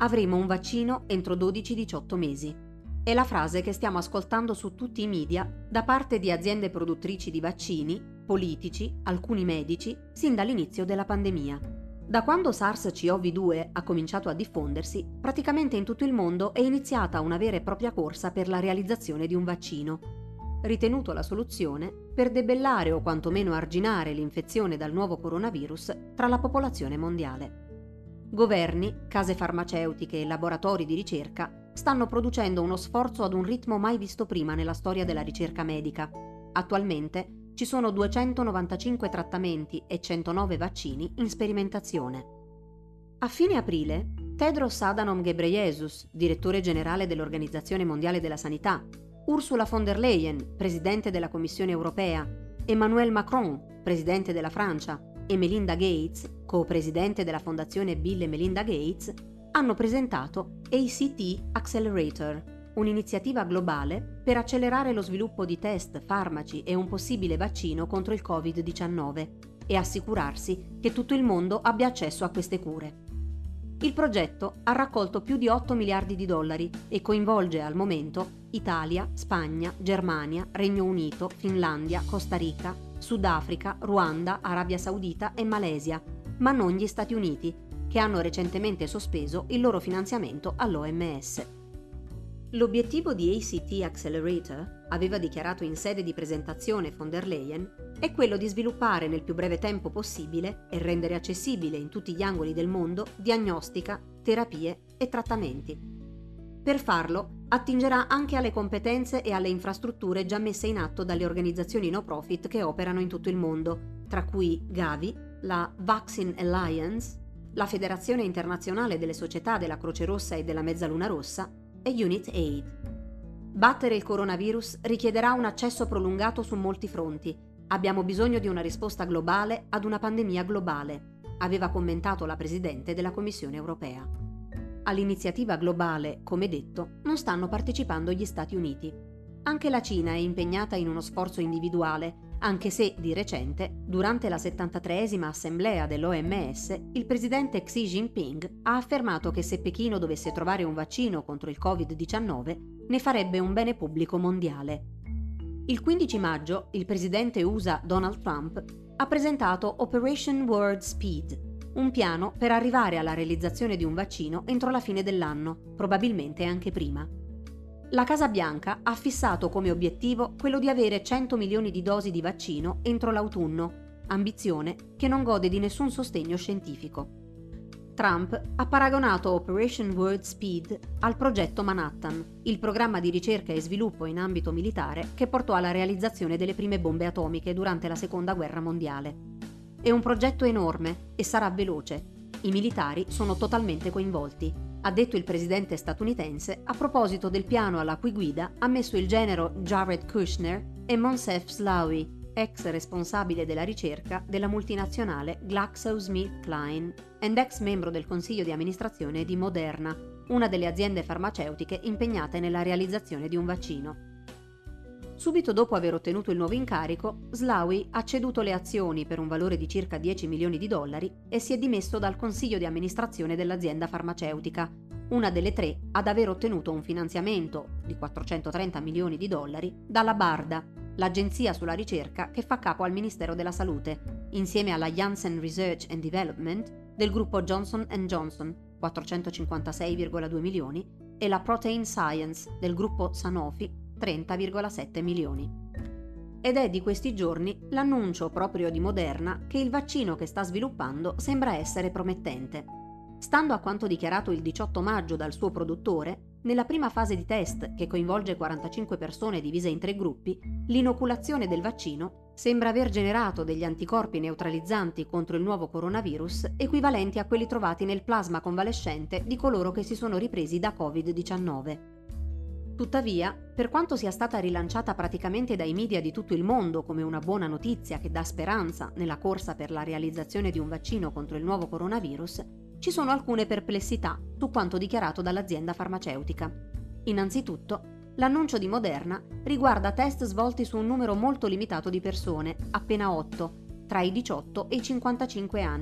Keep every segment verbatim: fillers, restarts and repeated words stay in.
avremo un vaccino entro dodici diciotto mesi. È la frase che stiamo ascoltando su tutti i media da parte di aziende produttrici di vaccini, politici, alcuni medici, sin dall'inizio della pandemia. Da quando SARS-C o V due ha cominciato a diffondersi, praticamente in tutto il mondo è iniziata una vera e propria corsa per la realizzazione di un vaccino, ritenuto la soluzione per debellare o quantomeno arginare l'infezione dal nuovo coronavirus tra la popolazione mondiale. Governi, case farmaceutiche e laboratori di ricerca stanno producendo uno sforzo ad un ritmo mai visto prima nella storia della ricerca medica. Attualmente ci sono duecentonovantacinque trattamenti e centonove vaccini in sperimentazione. A fine aprile, Tedros Adhanom Ghebreyesus, direttore generale dell'Organizzazione Mondiale della Sanità, Ursula von der Leyen, presidente della Commissione Europea, Emmanuel Macron, presidente della Francia, e Melinda Gates, co-presidente della Fondazione Bill e Melinda Gates, hanno presentato A C T Accelerator, un'iniziativa globale per accelerare lo sviluppo di test, farmaci e un possibile vaccino contro il covid diciannove e assicurarsi che tutto il mondo abbia accesso a queste cure. Il progetto ha raccolto più di otto miliardi di dollari e coinvolge al momento Italia, Spagna, Germania, Regno Unito, Finlandia, Costa Rica, Sudafrica, Ruanda, Arabia Saudita e Malesia, ma non gli Stati Uniti, che hanno recentemente sospeso il loro finanziamento all'O M S. L'obiettivo di A C T Accelerator, aveva dichiarato in sede di presentazione von der Leyen, è quello di sviluppare nel più breve tempo possibile e rendere accessibile in tutti gli angoli del mondo diagnostica, terapie e trattamenti. Per farlo, attingerà anche alle competenze e alle infrastrutture già messe in atto dalle organizzazioni no profit che operano in tutto il mondo, tra cui Gavi, la Vaccine Alliance, la Federazione Internazionale delle Società della Croce Rossa e della Mezzaluna Rossa e UNITAID. Battere il coronavirus richiederà un accesso prolungato su molti fronti. Abbiamo bisogno di una risposta globale ad una pandemia globale, aveva commentato la Presidente della Commissione Europea. All'iniziativa globale, come detto, non stanno partecipando gli Stati Uniti. Anche la Cina è impegnata in uno sforzo individuale, anche se, di recente, durante la settantatreesima assemblea dell'O M S, il presidente Xi Jinping ha affermato che se Pechino dovesse trovare un vaccino contro il covid diciannove, ne farebbe un bene pubblico mondiale. Il quindici maggio, il presidente U S A Donald Trump ha presentato Operation Warp Speed, un piano per arrivare alla realizzazione di un vaccino entro la fine dell'anno, probabilmente anche prima. La Casa Bianca ha fissato come obiettivo quello di avere cento milioni di dosi di vaccino entro l'autunno, ambizione che non gode di nessun sostegno scientifico. Trump ha paragonato Operation Warp Speed al progetto Manhattan, il programma di ricerca e sviluppo in ambito militare che portò alla realizzazione delle prime bombe atomiche durante la Seconda Guerra Mondiale. È un progetto enorme e sarà veloce. I militari sono totalmente coinvolti, ha detto il presidente statunitense a proposito del piano alla cui guida ha messo il genero Jared Kushner e Moncef Slaoui, ex responsabile della ricerca della multinazionale GlaxoSmithKline ed ex membro del consiglio di amministrazione di Moderna, una delle aziende farmaceutiche impegnate nella realizzazione di un vaccino. Subito dopo aver ottenuto il nuovo incarico, Slaoui ha ceduto le azioni per un valore di circa dieci milioni di dollari e si è dimesso dal consiglio di amministrazione dell'azienda farmaceutica, una delle tre ad aver ottenuto un finanziamento di quattrocentotrenta milioni di dollari dalla BARDA, l'agenzia sulla ricerca che fa capo al Ministero della Salute, insieme alla Janssen Research and Development del gruppo Johnson and Johnson, quattrocentocinquantasei virgola due milioni, e la Protein Science del gruppo Sanofi, trenta virgola sette milioni. Ed è di questi giorni l'annuncio proprio di Moderna che il vaccino che sta sviluppando sembra essere promettente. Stando a quanto dichiarato il diciotto maggio dal suo produttore, nella prima fase di test, che coinvolge quarantacinque persone divise in tre gruppi, l'inoculazione del vaccino sembra aver generato degli anticorpi neutralizzanti contro il nuovo coronavirus equivalenti a quelli trovati nel plasma convalescente di coloro che si sono ripresi da covid diciannove. Tuttavia, per quanto sia stata rilanciata praticamente dai media di tutto il mondo come una buona notizia che dà speranza nella corsa per la realizzazione di un vaccino contro il nuovo coronavirus, ci sono alcune perplessità su quanto dichiarato dall'azienda farmaceutica. Innanzitutto, l'annuncio di Moderna riguarda test svolti su un numero molto limitato di persone, appena otto, tra i diciotto e i cinquantacinque anni,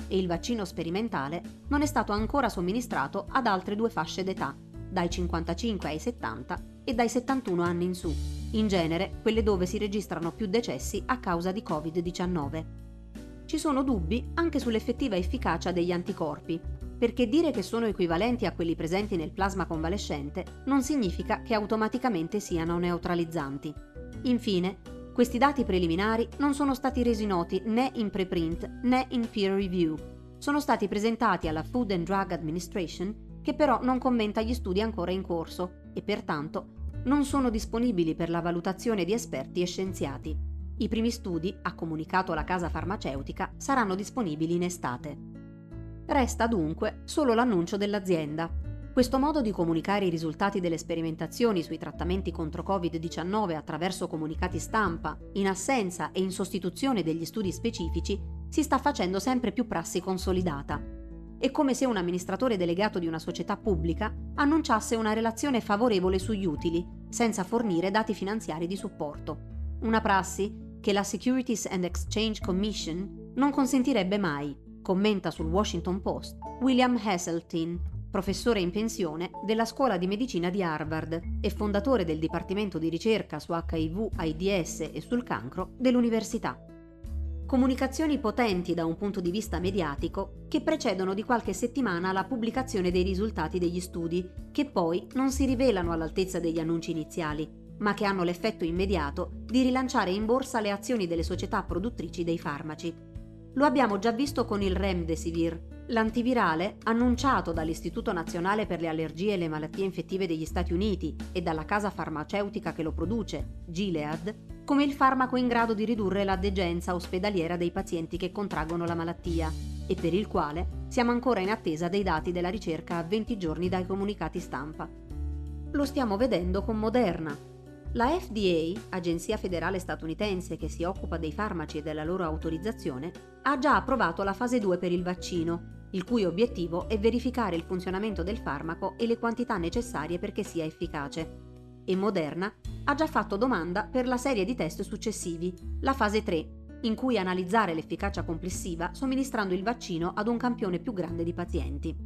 e il vaccino sperimentale non è stato ancora somministrato ad altre due fasce d'età, dai cinquantacinque ai settanta e dai settantuno anni in su, in genere quelle dove si registrano più decessi a causa di covid diciannove. Ci sono dubbi anche sull'effettiva efficacia degli anticorpi, perché dire che sono equivalenti a quelli presenti nel plasma convalescente non significa che automaticamente siano neutralizzanti. Infine, questi dati preliminari non sono stati resi noti né in preprint né in peer review. Sono stati presentati alla Food and Drug Administration, che però non commenta gli studi ancora in corso e pertanto non sono disponibili per la valutazione di esperti e scienziati. I primi studi, ha comunicato la casa farmaceutica, saranno disponibili in estate. Resta dunque solo l'annuncio dell'azienda. Questo modo di comunicare i risultati delle sperimentazioni sui trattamenti contro covid diciannove attraverso comunicati stampa, in assenza e in sostituzione degli studi specifici, si sta facendo sempre più prassi consolidata. È come se un amministratore delegato di una società pubblica annunciasse una relazione favorevole sugli utili, senza fornire dati finanziari di supporto. Una prassi che la Securities and Exchange Commission non consentirebbe mai, commenta sul Washington Post William Hasseltine, professore in pensione della Scuola di Medicina di Harvard e fondatore del Dipartimento di ricerca su acca i vu AIDS e sul cancro dell'università. Comunicazioni potenti da un punto di vista mediatico che precedono di qualche settimana la pubblicazione dei risultati degli studi, che poi non si rivelano all'altezza degli annunci iniziali, ma che hanno l'effetto immediato di rilanciare in borsa le azioni delle società produttrici dei farmaci. Lo abbiamo già visto con il Remdesivir, l'antivirale annunciato dall'Istituto Nazionale per le Allergie e le Malattie Infettive degli Stati Uniti e dalla casa farmaceutica che lo produce, Gilead, come il farmaco in grado di ridurre la degenza ospedaliera dei pazienti che contraggono la malattia e per il quale siamo ancora in attesa dei dati della ricerca a venti giorni dai comunicati stampa. Lo stiamo vedendo con Moderna. La F D A, agenzia federale statunitense che si occupa dei farmaci e della loro autorizzazione, ha già approvato la fase due per il vaccino, il cui obiettivo è verificare il funzionamento del farmaco e le quantità necessarie perché sia efficace. E Moderna ha già fatto domanda per la serie di test successivi, la fase tre, in cui analizzare l'efficacia complessiva somministrando il vaccino ad un campione più grande di pazienti.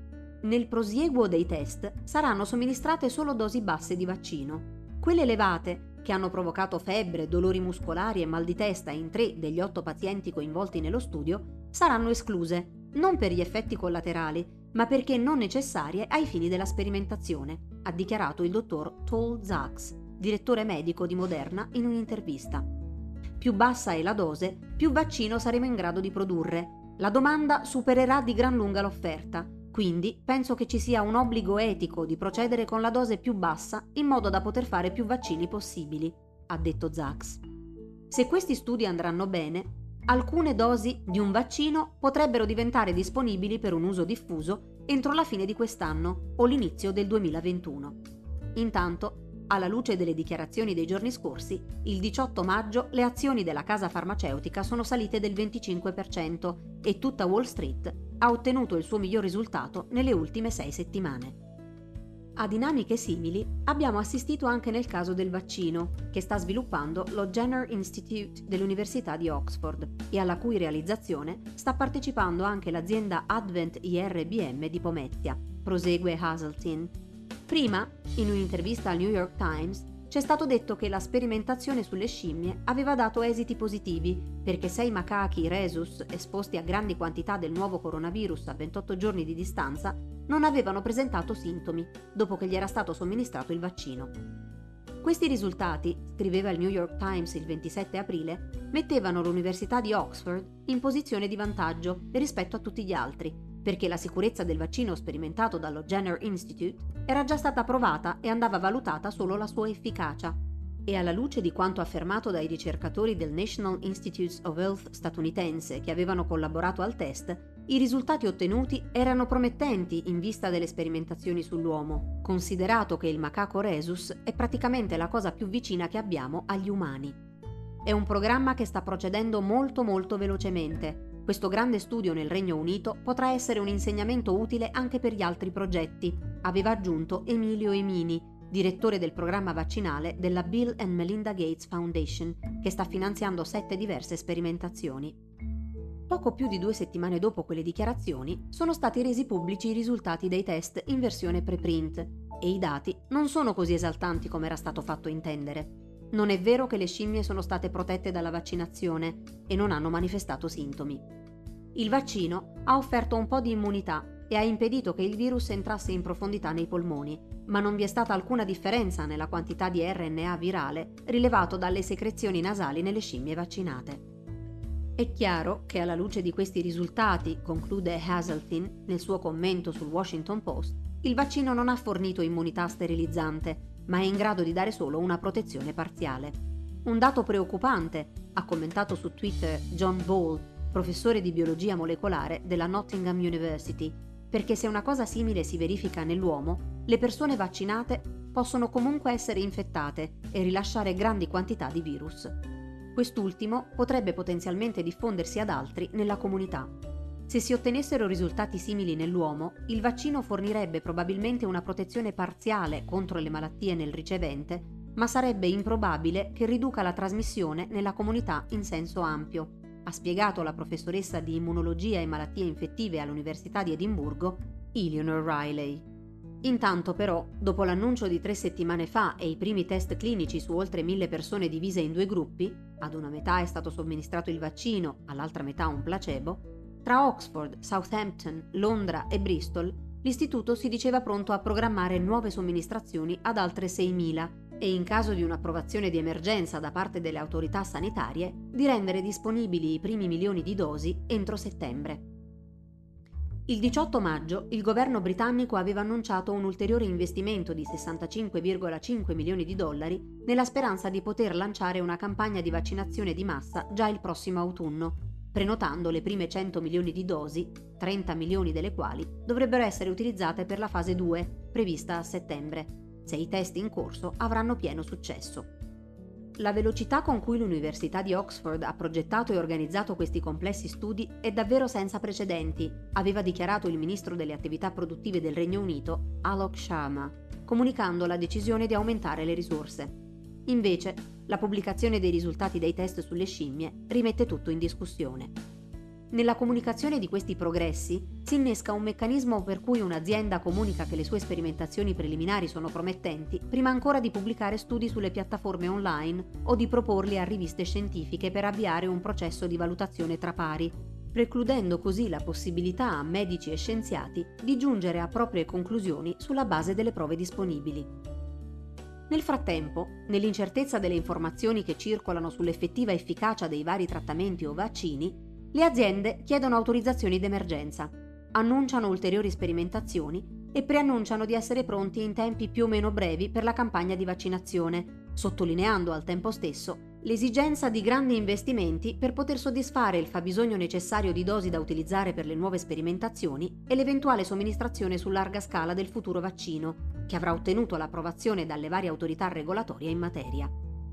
Nel prosieguo dei test saranno somministrate solo dosi basse di vaccino. Quelle elevate, che hanno provocato febbre, dolori muscolari e mal di testa in tre degli otto pazienti coinvolti nello studio, saranno escluse, non per gli effetti collaterali, ma perché non necessarie ai fini della sperimentazione, ha dichiarato il dottor Tal Zaks, direttore medico di Moderna, in un'intervista. Più bassa è la dose, più vaccino saremo in grado di produrre. La domanda supererà di gran lunga l'offerta. Quindi penso che ci sia un obbligo etico di procedere con la dose più bassa in modo da poter fare più vaccini possibili, ha detto Zaks. Se questi studi andranno bene, alcune dosi di un vaccino potrebbero diventare disponibili per un uso diffuso entro la fine di quest'anno o l'inizio del duemilaventuno. Intanto, alla luce delle dichiarazioni dei giorni scorsi, il diciotto maggio le azioni della casa farmaceutica sono salite del venticinque per cento e tutta Wall Street ha ottenuto il suo miglior risultato nelle ultime sei settimane. A dinamiche simili abbiamo assistito anche nel caso del vaccino, che sta sviluppando lo Jenner Institute dell'Università di Oxford e alla cui realizzazione sta partecipando anche l'azienda Advent I R B M di Pomezia, prosegue Hasseltine. Prima, in un'intervista al New York Times, c'è stato detto che la sperimentazione sulle scimmie aveva dato esiti positivi perché sei macachi rhesus esposti a grandi quantità del nuovo coronavirus a ventotto giorni di distanza non avevano presentato sintomi dopo che gli era stato somministrato il vaccino. Questi risultati, scriveva il New York Times il ventisette aprile, mettevano l'Università di Oxford in posizione di vantaggio rispetto a tutti gli altri, perché la sicurezza del vaccino sperimentato dallo Jenner Institute era già stata provata e andava valutata solo la sua efficacia. E alla luce di quanto affermato dai ricercatori del National Institutes of Health statunitense che avevano collaborato al test, i risultati ottenuti erano promettenti in vista delle sperimentazioni sull'uomo, considerato che il macaco rhesus è praticamente la cosa più vicina che abbiamo agli umani. È un programma che sta procedendo molto molto velocemente. Questo grande studio nel Regno Unito potrà essere un insegnamento utile anche per gli altri progetti, aveva aggiunto Emilio Emini, direttore del programma vaccinale della Bill and Melinda Gates Foundation, che sta finanziando sette diverse sperimentazioni. poco più di due settimane dopo quelle dichiarazioni, sono stati resi pubblici i risultati dei test in versione preprint e i dati non sono così esaltanti come era stato fatto intendere. Non è vero che le scimmie sono state protette dalla vaccinazione e non hanno manifestato sintomi. Il vaccino ha offerto un po' di immunità e ha impedito che il virus entrasse in profondità nei polmoni, ma non vi è stata alcuna differenza nella quantità di R N A virale rilevato dalle secrezioni nasali nelle scimmie vaccinate. È chiaro che alla luce di questi risultati, conclude Hazeltine nel suo commento sul Washington Post, il vaccino non ha fornito immunità sterilizzante, ma è in grado di dare solo una protezione parziale. Un dato preoccupante, ha commentato su Twitter John Ball, professore di biologia molecolare della Nottingham University, perché se una cosa simile si verifica nell'uomo, le persone vaccinate possono comunque essere infettate e rilasciare grandi quantità di virus. Quest'ultimo potrebbe potenzialmente diffondersi ad altri nella comunità. Se si ottenessero risultati simili nell'uomo, il vaccino fornirebbe probabilmente una protezione parziale contro le malattie nel ricevente, ma sarebbe improbabile che riduca la trasmissione nella comunità in senso ampio, ha spiegato la professoressa di immunologia e malattie infettive all'Università di Edimburgo, Eleanor Riley. Intanto però, dopo l'annuncio di tre settimane fa e i primi test clinici su oltre mille persone divise in due gruppi, ad una metà è stato somministrato il vaccino, all'altra metà un placebo, tra Oxford, Southampton, Londra e Bristol, l'istituto si diceva pronto a programmare nuove somministrazioni ad altre seimila e, in caso di un'approvazione di emergenza da parte delle autorità sanitarie, di rendere disponibili i primi milioni di dosi entro settembre. Il diciotto maggio il governo britannico aveva annunciato un ulteriore investimento di sessantacinque virgola cinque milioni di dollari nella speranza di poter lanciare una campagna di vaccinazione di massa già il prossimo autunno, prenotando le prime cento milioni di dosi, trenta milioni delle quali dovrebbero essere utilizzate per la fase due, prevista a settembre, se i test in corso avranno pieno successo. La velocità con cui l'Università di Oxford ha progettato e organizzato questi complessi studi è davvero senza precedenti, aveva dichiarato il ministro delle attività produttive del Regno Unito, Alok Sharma, comunicando la decisione di aumentare le risorse. Invece, la pubblicazione dei risultati dei test sulle scimmie rimette tutto in discussione. Nella comunicazione di questi progressi si innesca un meccanismo per cui un'azienda comunica che le sue sperimentazioni preliminari sono promettenti prima ancora di pubblicare studi sulle piattaforme online o di proporli a riviste scientifiche per avviare un processo di valutazione tra pari, precludendo così la possibilità a medici e scienziati di giungere a proprie conclusioni sulla base delle prove disponibili. Nel frattempo, nell'incertezza delle informazioni che circolano sull'effettiva efficacia dei vari trattamenti o vaccini, le aziende chiedono autorizzazioni d'emergenza, annunciano ulteriori sperimentazioni e preannunciano di essere pronti in tempi più o meno brevi per la campagna di vaccinazione, sottolineando al tempo stesso l'esigenza di grandi investimenti per poter soddisfare il fabbisogno necessario di dosi da utilizzare per le nuove sperimentazioni e l'eventuale somministrazione su larga scala del futuro vaccino, che avrà ottenuto l'approvazione dalle varie autorità regolatorie in materia.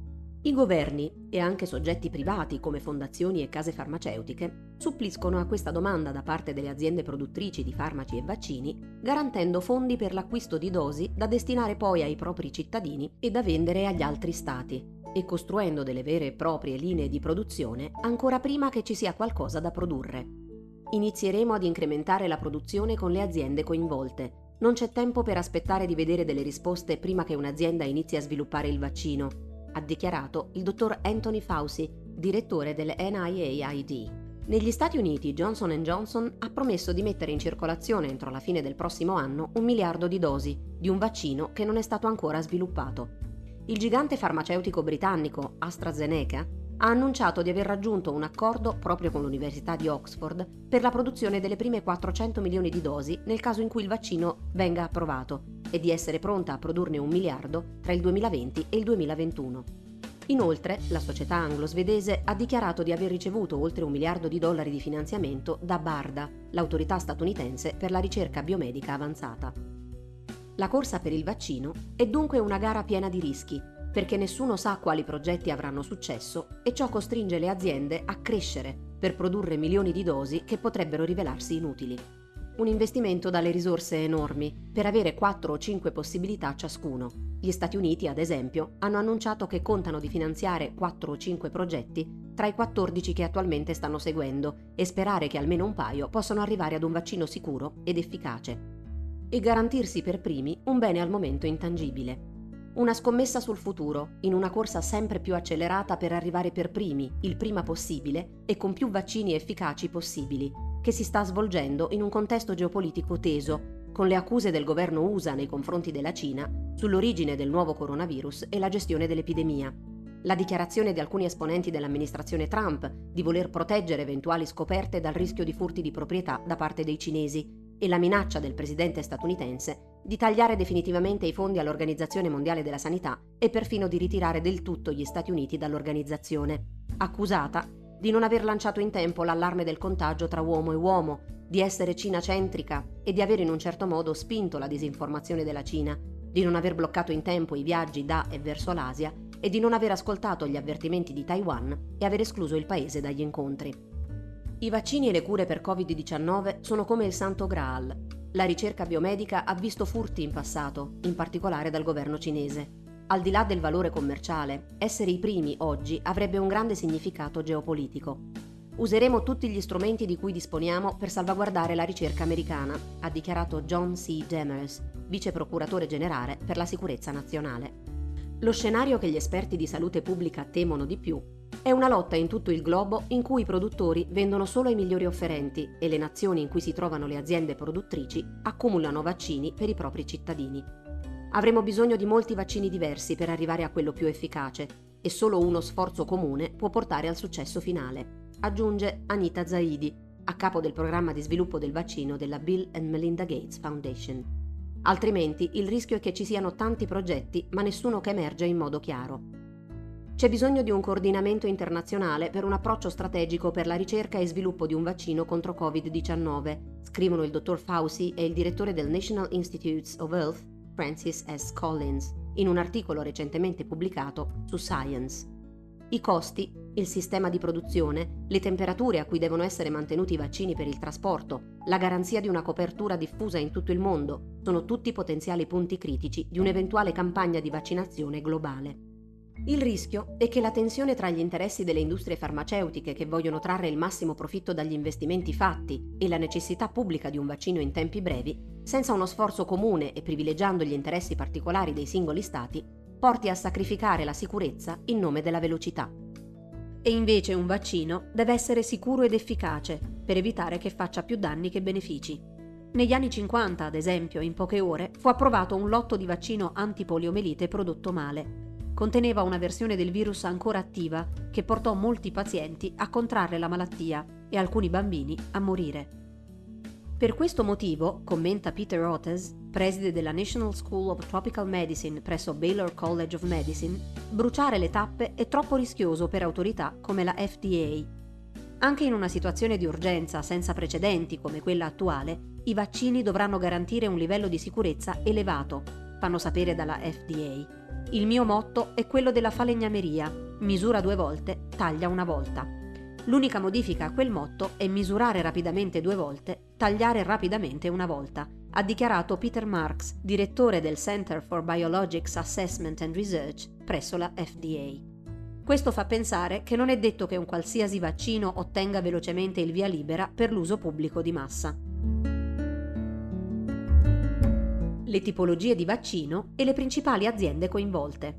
I governi e anche soggetti privati come fondazioni e case farmaceutiche suppliscono a questa domanda da parte delle aziende produttrici di farmaci e vaccini, garantendo fondi per l'acquisto di dosi da destinare poi ai propri cittadini e da vendere agli altri stati, e costruendo delle vere e proprie linee di produzione ancora prima che ci sia qualcosa da produrre. Inizieremo ad incrementare la produzione con le aziende coinvolte. Non c'è tempo per aspettare di vedere delle risposte prima che un'azienda inizi a sviluppare il vaccino, ha dichiarato il dottor Anthony Fauci, direttore del N I A I D. Negli Stati Uniti Johnson and Johnson ha promesso di mettere in circolazione entro la fine del prossimo anno un miliardo di dosi di un vaccino che non è stato ancora sviluppato. Il gigante farmaceutico britannico AstraZeneca ha annunciato di aver raggiunto un accordo proprio con l'Università di Oxford per la produzione delle prime quattrocento milioni di dosi nel caso in cui il vaccino venga approvato e di essere pronta a produrne un miliardo tra il duemilaventi e il duemilaventuno. Inoltre, la società anglo-svedese ha dichiarato di aver ricevuto oltre un miliardo di dollari di finanziamento da BARDA, l'autorità statunitense per la ricerca biomedica avanzata. La corsa per il vaccino è dunque una gara piena di rischi, perché nessuno sa quali progetti avranno successo e ciò costringe le aziende a crescere per produrre milioni di dosi che potrebbero rivelarsi inutili. Un investimento dalle risorse enormi, per avere quattro o cinque possibilità ciascuno. Gli Stati Uniti, ad esempio, hanno annunciato che contano di finanziare quattro o cinque progetti tra i quattordici che attualmente stanno seguendo e sperare che almeno un paio possano arrivare ad un vaccino sicuro ed efficace. E garantirsi per primi un bene al momento intangibile. Una scommessa sul futuro, in una corsa sempre più accelerata per arrivare per primi, il prima possibile e con più vaccini efficaci possibili, che si sta svolgendo in un contesto geopolitico teso, con le accuse del governo U S A nei confronti della Cina sull'origine del nuovo coronavirus e la gestione dell'epidemia. La dichiarazione di alcuni esponenti dell'amministrazione Trump di voler proteggere eventuali scoperte dal rischio di furti di proprietà da parte dei cinesi e la minaccia del presidente statunitense di tagliare definitivamente i fondi all'Organizzazione Mondiale della Sanità e perfino di ritirare del tutto gli Stati Uniti dall'organizzazione, accusata di non aver lanciato in tempo l'allarme del contagio tra uomo e uomo, di essere Cina-centrica e di aver in un certo modo spinto la disinformazione della Cina, di non aver bloccato in tempo i viaggi da e verso l'Asia e di non aver ascoltato gli avvertimenti di Taiwan e aver escluso il paese dagli incontri. I vaccini e le cure per covid diciannove sono come il santo Graal. La ricerca biomedica ha visto furti in passato, in particolare dal governo cinese. Al di là del valore commerciale, essere i primi oggi avrebbe un grande significato geopolitico. Useremo tutti gli strumenti di cui disponiamo per salvaguardare la ricerca americana, ha dichiarato John C. Demers, vice procuratore generale per la sicurezza nazionale. Lo scenario che gli esperti di salute pubblica temono di più è una lotta in tutto il globo in cui i produttori vendono solo i migliori offerenti e le nazioni in cui si trovano le aziende produttrici accumulano vaccini per i propri cittadini. Avremo bisogno di molti vaccini diversi per arrivare a quello più efficace e solo uno sforzo comune può portare al successo finale, aggiunge Anita Zaidi, a capo del programma di sviluppo del vaccino della Bill and Melinda Gates Foundation. Altrimenti il rischio è che ci siano tanti progetti ma nessuno che emerge in modo chiaro. C'è bisogno di un coordinamento internazionale per un approccio strategico per la ricerca e sviluppo di un vaccino contro covid diciannove, scrivono il dottor Fauci e il direttore del National Institutes of Health, Francis S. Collins, in un articolo recentemente pubblicato su Science. I costi, il sistema di produzione, le temperature a cui devono essere mantenuti i vaccini per il trasporto, la garanzia di una copertura diffusa in tutto il mondo, sono tutti potenziali punti critici di un'eventuale campagna di vaccinazione globale. Il rischio è che la tensione tra gli interessi delle industrie farmaceutiche che vogliono trarre il massimo profitto dagli investimenti fatti e la necessità pubblica di un vaccino in tempi brevi, senza uno sforzo comune e privilegiando gli interessi particolari dei singoli stati, porti a sacrificare la sicurezza in nome della velocità. E invece un vaccino deve essere sicuro ed efficace per evitare che faccia più danni che benefici. Negli anni cinquanta, ad esempio, in poche ore, fu approvato un lotto di vaccino antipoliomelite prodotto male. Conteneva una versione del virus ancora attiva che portò molti pazienti a contrarre la malattia e alcuni bambini a morire. Per questo motivo, commenta Peter Ottes, preside della National School of Tropical Medicine presso Baylor College of Medicine, bruciare le tappe è troppo rischioso per autorità come la F D A. Anche in una situazione di urgenza senza precedenti come quella attuale, i vaccini dovranno garantire un livello di sicurezza elevato, fanno sapere dalla F D A. Il mio motto è quello della falegnameria, misura due volte, taglia una volta. L'unica modifica a quel motto è misurare rapidamente due volte, tagliare rapidamente una volta, ha dichiarato Peter Marks, direttore del Center for Biologics Assessment and Research presso la F D A. Questo fa pensare che non è detto che un qualsiasi vaccino ottenga velocemente il via libera per l'uso pubblico di massa. Le tipologie di vaccino e le principali aziende coinvolte.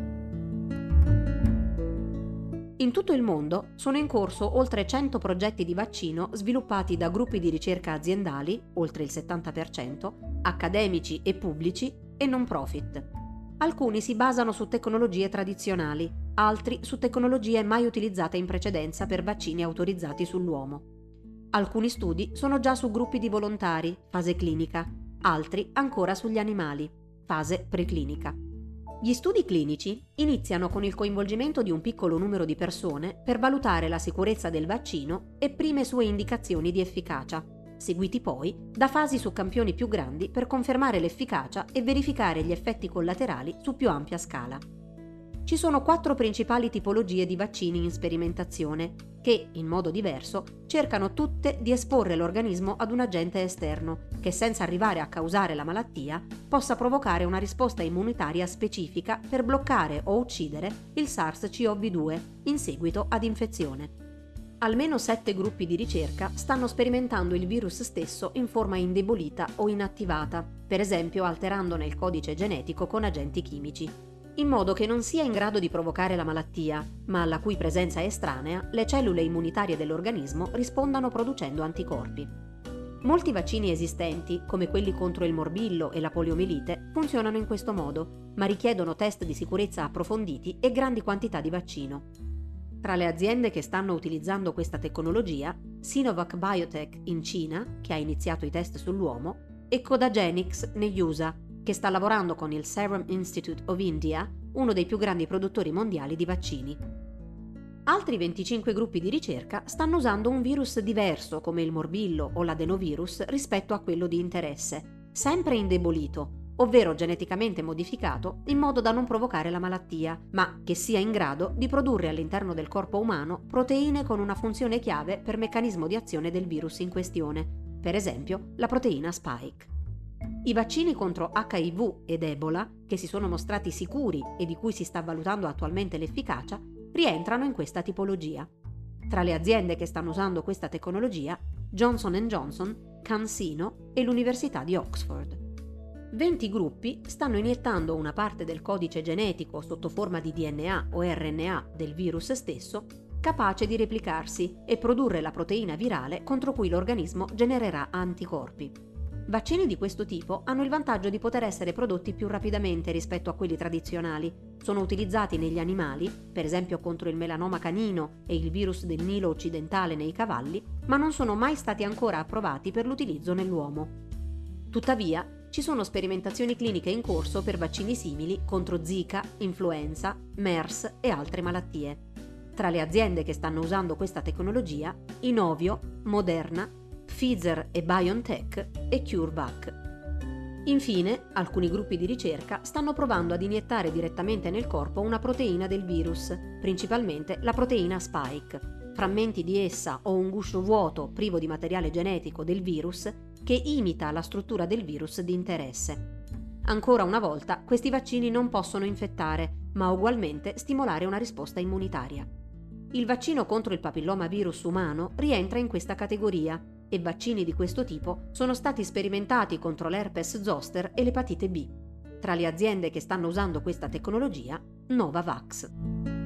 In tutto il mondo sono in corso oltre cento progetti di vaccino sviluppati da gruppi di ricerca aziendali, oltre il settanta per cento, accademici e pubblici e non profit. Alcuni si basano su tecnologie tradizionali, altri su tecnologie mai utilizzate in precedenza per vaccini autorizzati sull'uomo. Alcuni studi sono già su gruppi di volontari, fase clinica, altri ancora sugli animali, fase preclinica. Gli studi clinici iniziano con il coinvolgimento di un piccolo numero di persone per valutare la sicurezza del vaccino e prime sue indicazioni di efficacia, seguiti poi da fasi su campioni più grandi per confermare l'efficacia e verificare gli effetti collaterali su più ampia scala. Ci sono quattro principali tipologie di vaccini in sperimentazione che, in modo diverso, cercano tutte di esporre l'organismo ad un agente esterno che, senza arrivare a causare la malattia, possa provocare una risposta immunitaria specifica per bloccare o uccidere il SARS-C o V due in seguito ad infezione. Almeno sette gruppi di ricerca stanno sperimentando il virus stesso in forma indebolita o inattivata, per esempio alterandone il codice genetico con agenti chimici, in modo che non sia in grado di provocare la malattia, ma alla cui presenza estranea le cellule immunitarie dell'organismo rispondano producendo anticorpi. Molti vaccini esistenti, come quelli contro il morbillo e la poliomielite, funzionano in questo modo, ma richiedono test di sicurezza approfonditi e grandi quantità di vaccino. Tra le aziende che stanno utilizzando questa tecnologia, Sinovac Biotech in Cina, che ha iniziato i test sull'uomo, e Codagenix negli U S A, che sta lavorando con il Serum Institute of India, uno dei più grandi produttori mondiali di vaccini. Altri venticinque gruppi di ricerca stanno usando un virus diverso come il morbillo o l'adenovirus rispetto a quello di interesse, sempre indebolito, ovvero geneticamente modificato in modo da non provocare la malattia, ma che sia in grado di produrre all'interno del corpo umano proteine con una funzione chiave per meccanismo di azione del virus in questione, per esempio la proteina Spike. I vaccini contro H I V ed Ebola, che si sono mostrati sicuri e di cui si sta valutando attualmente l'efficacia, rientrano in questa tipologia. Tra le aziende che stanno usando questa tecnologia, Johnson and Johnson, CanSino e l'Università di Oxford. venti gruppi stanno iniettando una parte del codice genetico sotto forma di D N A o R N A del virus stesso, capace di replicarsi e produrre la proteina virale contro cui l'organismo genererà anticorpi. Vaccini di questo tipo hanno il vantaggio di poter essere prodotti più rapidamente rispetto a quelli tradizionali. Sono utilizzati negli animali, per esempio contro il melanoma canino e il virus del Nilo occidentale nei cavalli, ma non sono mai stati ancora approvati per l'utilizzo nell'uomo. Tuttavia, ci sono sperimentazioni cliniche in corso per vaccini simili contro Zika, influenza, MERS e altre malattie. Tra le aziende che stanno usando questa tecnologia, Inovio, Moderna, Pfizer e BioNTech e CureVac. Infine, alcuni gruppi di ricerca stanno provando ad iniettare direttamente nel corpo una proteina del virus, principalmente la proteina Spike, frammenti di essa o un guscio vuoto privo di materiale genetico del virus che imita la struttura del virus di interesse. Ancora una volta, questi vaccini non possono infettare, ma ugualmente stimolare una risposta immunitaria. Il vaccino contro il papillomavirus umano rientra in questa categoria e vaccini di questo tipo sono stati sperimentati contro l'herpes zoster e l'epatite B. Tra le aziende che stanno usando questa tecnologia, Novavax.